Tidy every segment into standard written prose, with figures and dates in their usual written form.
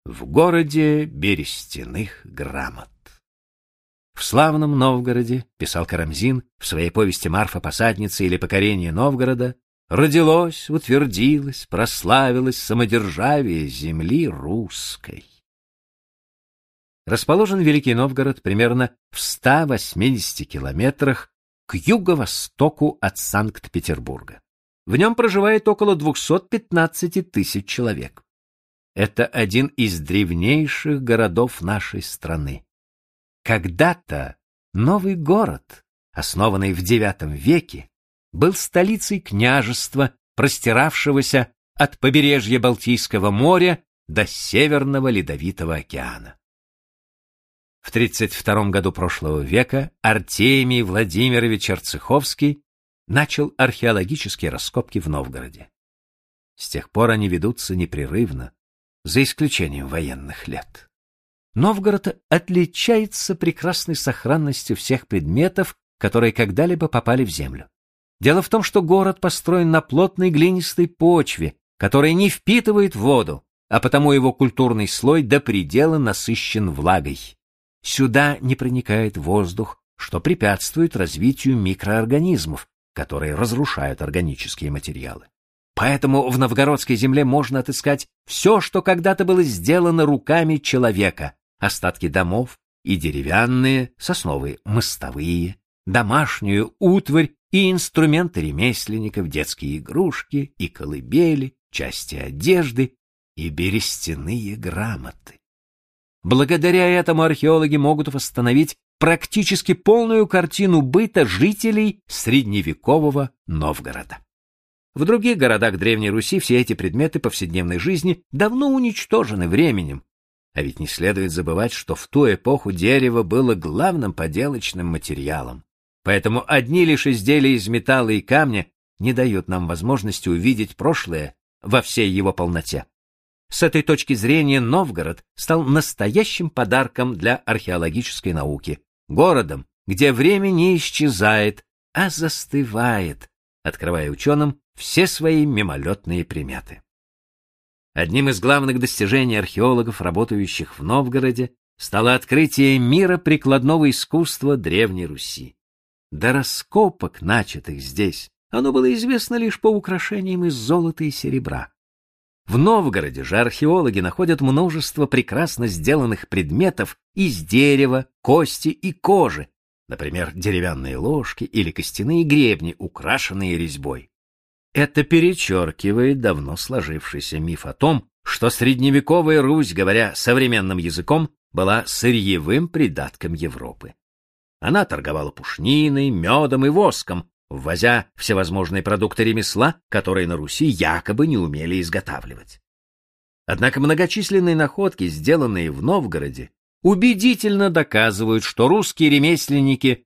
в городе берестяных грамот. В славном Новгороде, писал Карамзин в своей повести «Марфа-посадница» или «Покорение Новгорода», родилось, утвердилось, прославилось самодержавие земли русской. Расположен Великий Новгород примерно в 180 километрах к юго-востоку от Санкт-Петербурга. В нем проживает около 215 тысяч человек. Это один из древнейших городов нашей страны. Когда-то новый город, основанный в IX веке, был столицей княжества, простиравшегося от побережья Балтийского моря до Северного Ледовитого океана. В 32 году прошлого века Артемий Владимирович Арцеховский начал археологические раскопки в Новгороде. С тех пор они ведутся непрерывно, за исключением военных лет. Новгород отличается прекрасной сохранностью всех предметов, которые когда-либо попали в землю. Дело в том, что город построен на плотной глинистой почве, которая не впитывает воду, а потому его культурный слой до предела насыщен влагой. Сюда не проникает воздух, что препятствует развитию микроорганизмов, которые разрушают органические материалы. Поэтому в новгородской земле можно отыскать все, что когда-то было сделано руками человека: остатки домов и деревянные, сосновые мостовые, домашнюю утварь и инструменты ремесленников, детские игрушки и колыбели, части одежды и берестяные грамоты. Благодаря этому археологи могут восстановить практически полную картину быта жителей средневекового Новгорода. В других городах Древней Руси все эти предметы повседневной жизни давно уничтожены временем. А ведь не следует забывать, что в ту эпоху дерево было главным поделочным материалом. Поэтому одни лишь изделия из металла и камня не дают нам возможности увидеть прошлое во всей его полноте. С этой точки зрения Новгород стал настоящим подарком для археологической науки, городом, где время не исчезает, а застывает, открывая ученым все свои мимолетные приметы. Одним из главных достижений археологов, работающих в Новгороде, стало открытие мира прикладного искусства Древней Руси. До раскопок, начатых здесь, оно было известно лишь по украшениям из золота и серебра. В Новгороде же археологи находят множество прекрасно сделанных предметов из дерева, кости и кожи, например, деревянные ложки или костяные гребни, украшенные резьбой. Это перечеркивает давно сложившийся миф о том, что средневековая Русь, говоря современным языком, была сырьевым придатком Европы. Она торговала пушниной, медом и воском, ввозя всевозможные продукты ремесла, которые на Руси якобы не умели изготавливать. Однако многочисленные находки, сделанные в Новгороде, убедительно доказывают, что русские ремесленники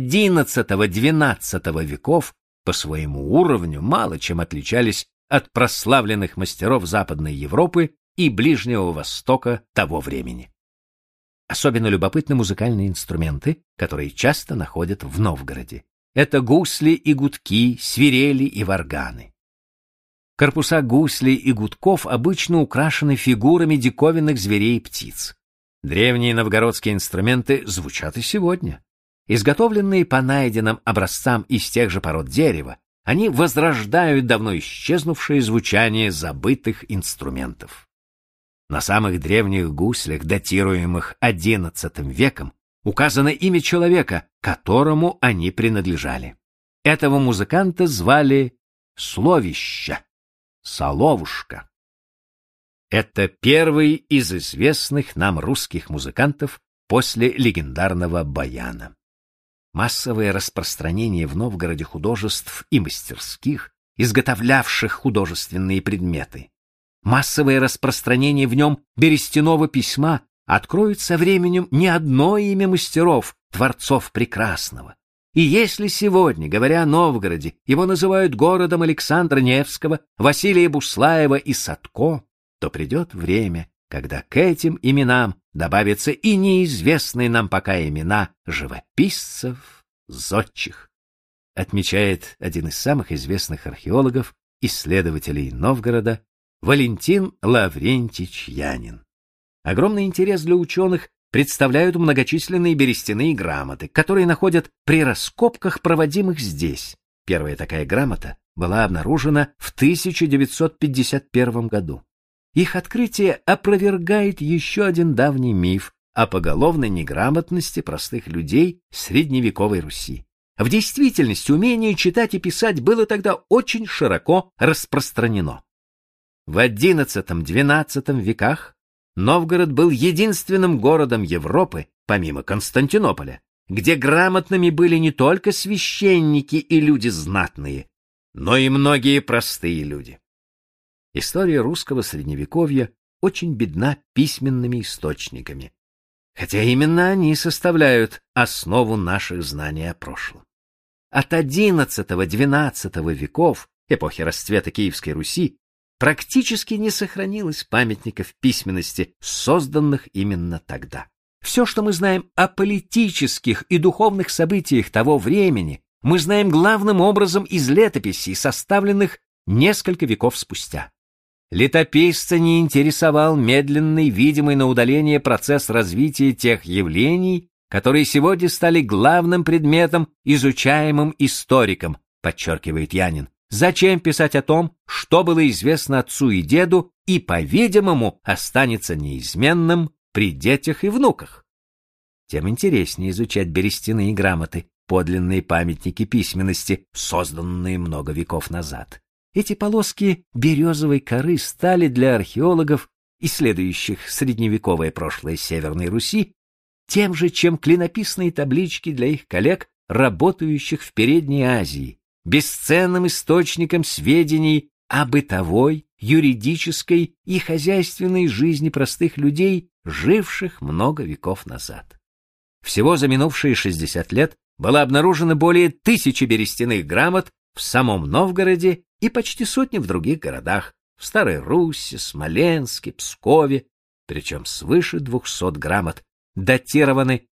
XI-XII веков по своему уровню мало чем отличались от прославленных мастеров Западной Европы и Ближнего Востока того времени. Особенно любопытны музыкальные инструменты, которые часто находят в Новгороде. Это гусли и гудки, свирели и варганы. Корпуса гуслей и гудков обычно украшены фигурами диковинных зверей и птиц. Древние новгородские инструменты звучат и сегодня. Изготовленные по найденным образцам из тех же пород дерева, они возрождают давно исчезнувшее звучание забытых инструментов. На самых древних гуслях, датируемых XI веком, указано имя человека, которому они принадлежали. Этого музыканта звали Словища, Соловушка. Это первый из известных нам русских музыкантов после легендарного Баяна. Массовое распространение в Новгороде художеств и мастерских, изготовлявших художественные предметы, массовое распространение в нем берестяного письма откроет со временем не одно имя мастеров, творцов прекрасного. И если сегодня, говоря о Новгороде, его называют городом Александра Невского, Василия Буслаева и Садко, то придет время, когда к этим именам добавятся и неизвестные нам пока имена живописцев, зодчих, отмечает один из самых известных археологов, исследователей Новгорода Валентин Лаврентич Янин. Огромный интерес для ученых представляют многочисленные берестяные грамоты, которые находят при раскопках, проводимых здесь. Первая такая грамота была обнаружена в 1951 году. Их открытие опровергает еще один давний миф о поголовной неграмотности простых людей средневековой Руси. В действительности умение читать и писать было тогда очень широко распространено. В XI-XII веках Новгород был единственным городом Европы, помимо Константинополя, где грамотными были не только священники и люди знатные, но и многие простые люди. История русского средневековья очень бедна письменными источниками, хотя именно они составляют основу наших знаний о прошлом. От XI-XII веков, эпохи расцвета Киевской Руси, практически не сохранилось памятников письменности, созданных именно тогда. Все, что мы знаем о политических и духовных событиях того времени, мы знаем главным образом из летописей, составленных несколько веков спустя. Летописца не интересовал медленный, видимый на удаление процесс развития тех явлений, которые сегодня стали главным предметом, изучаемым историком, подчеркивает Янин. Зачем писать о том, что было известно отцу и деду и, по-видимому, останется неизменным при детях и внуках? Тем интереснее изучать берестяные грамоты, подлинные памятники письменности, созданные много веков назад. Эти полоски березовой коры стали для археологов, исследующих средневековое прошлое Северной Руси, тем же, чем клинописные таблички для их коллег, работающих в Передней Азии, бесценным источником сведений о бытовой, юридической и хозяйственной жизни простых людей, живших много веков назад. Всего за минувшие 60 лет было обнаружено более 1000 берестяных грамот в самом Новгороде и почти сотни в других городах, в Старой Русси, Смоленске, Пскове, причем свыше 200 грамот датированы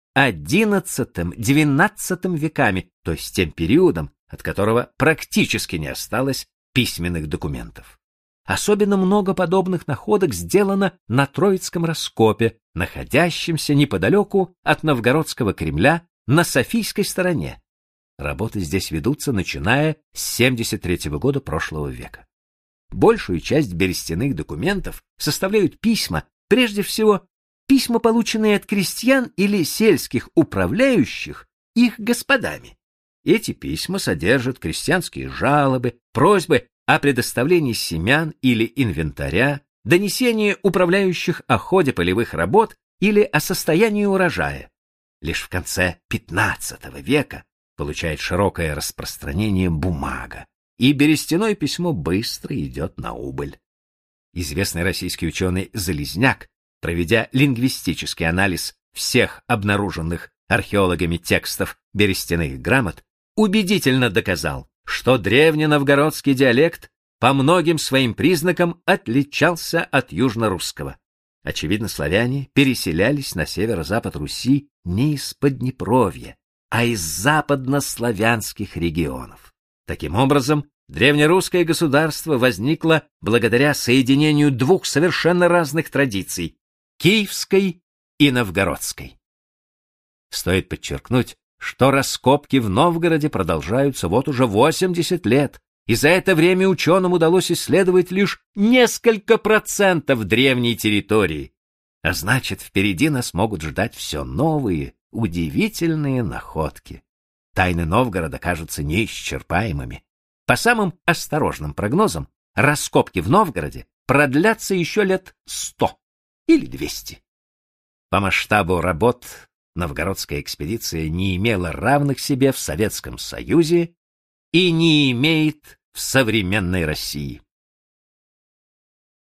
XI-XII веками, то есть тем периодом, от которого практически не осталось письменных документов. Особенно много подобных находок сделано на Троицком раскопе, находящемся неподалеку от Новгородского Кремля на Софийской стороне. Работы здесь ведутся, начиная с 73 года прошлого века. Большую часть берестяных документов составляют письма, прежде всего, письма, полученные от крестьян или сельских управляющих их господами. Эти письма содержат крестьянские жалобы, просьбы о предоставлении семян или инвентаря, донесения управляющих о ходе полевых работ или о состоянии урожая. Лишь в конце XV века получает широкое распространение бумага, и берестяное письмо быстро идет на убыль. Известный российский ученый Залезняк, проведя лингвистический анализ всех обнаруженных археологами текстов берестяных грамот, убедительно доказал, что древненовгородский диалект по многим своим признакам отличался от южнорусского. Очевидно, славяне переселялись на северо-запад Руси не из Поднепровья, а из западнославянских регионов. Таким образом, древнерусское государство возникло благодаря соединению двух совершенно разных традиций — киевской и новгородской. Стоит подчеркнуть, что раскопки в Новгороде продолжаются вот уже 80 лет, и за это время ученым удалось исследовать лишь несколько процентов древней территории, а значит, впереди нас могут ждать все новые, удивительные находки. Тайны Новгорода кажутся неисчерпаемыми. По самым осторожным прогнозам, раскопки в Новгороде продлятся еще лет 100 или 200. По масштабу работ новгородская экспедиция не имела равных себе в Советском Союзе и не имеет в современной России.